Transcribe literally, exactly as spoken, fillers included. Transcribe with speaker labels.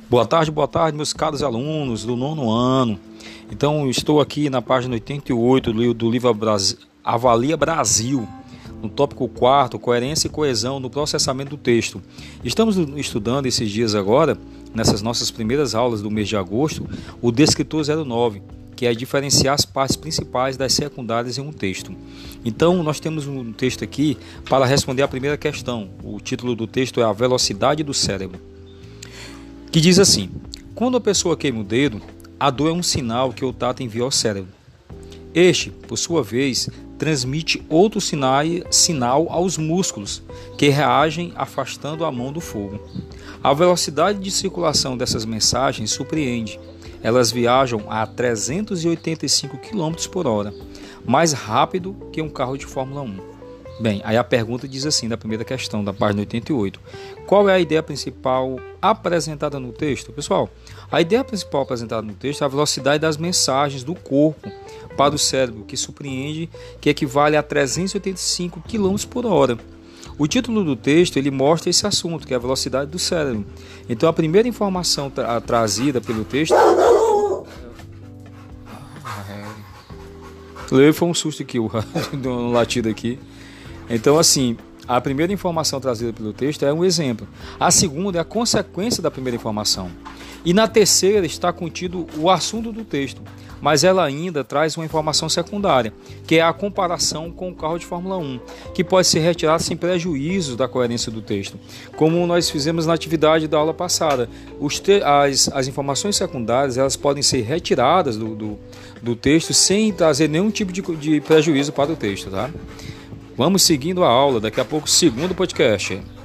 Speaker 1: Boa tarde, boa tarde, meus caros alunos do nono ano. Então, estou aqui na página oitenta e oito do, do livro Brasil, Avalia Brasil, no tópico quarto, coerência e coesão no processamento do texto. Estamos estudando esses dias agora, nessas nossas primeiras aulas do mês de agosto, o descritor zero nove, que é diferenciar as partes principais das secundárias em um texto. Então, nós temos um texto aqui para responder a primeira questão. O título do texto é A Velocidade do Cérebro, que diz assim: quando a pessoa queima o dedo, a dor é um sinal que o tato envia ao cérebro. Este, por sua vez, transmite outro sinal, sinal aos músculos, que reagem afastando a mão do fogo. A velocidade de circulação dessas mensagens surpreende. Elas viajam a trezentos e oitenta e cinco quilômetros por hora, mais rápido que um carro de Fórmula um. Bem, aí a pergunta diz assim, da primeira questão, da página oitenta e oito. Qual é a ideia principal apresentada no texto? Pessoal, a ideia principal apresentada no texto é a velocidade das mensagens do corpo para o cérebro, que surpreende, que equivale a trezentos e oitenta e cinco quilômetros por hora. O título do texto ele mostra esse assunto, que é a velocidade do cérebro. Então, a primeira informação tra- trazida pelo texto... Foi um susto aqui, o um latido aqui. Então, assim, a primeira informação trazida pelo texto é um exemplo. A segunda é a consequência da primeira informação. E na terceira está contido o assunto do texto, mas ela ainda traz uma informação secundária, que é a comparação com o carro de Fórmula um, que pode ser retirada sem prejuízo da coerência do texto, como nós fizemos na atividade da aula passada. Os te- as, as informações secundárias elas podem ser retiradas do, do, do texto sem trazer nenhum tipo de, de prejuízo para o texto, tá? Vamos seguindo a aula, daqui a pouco, segundo podcast.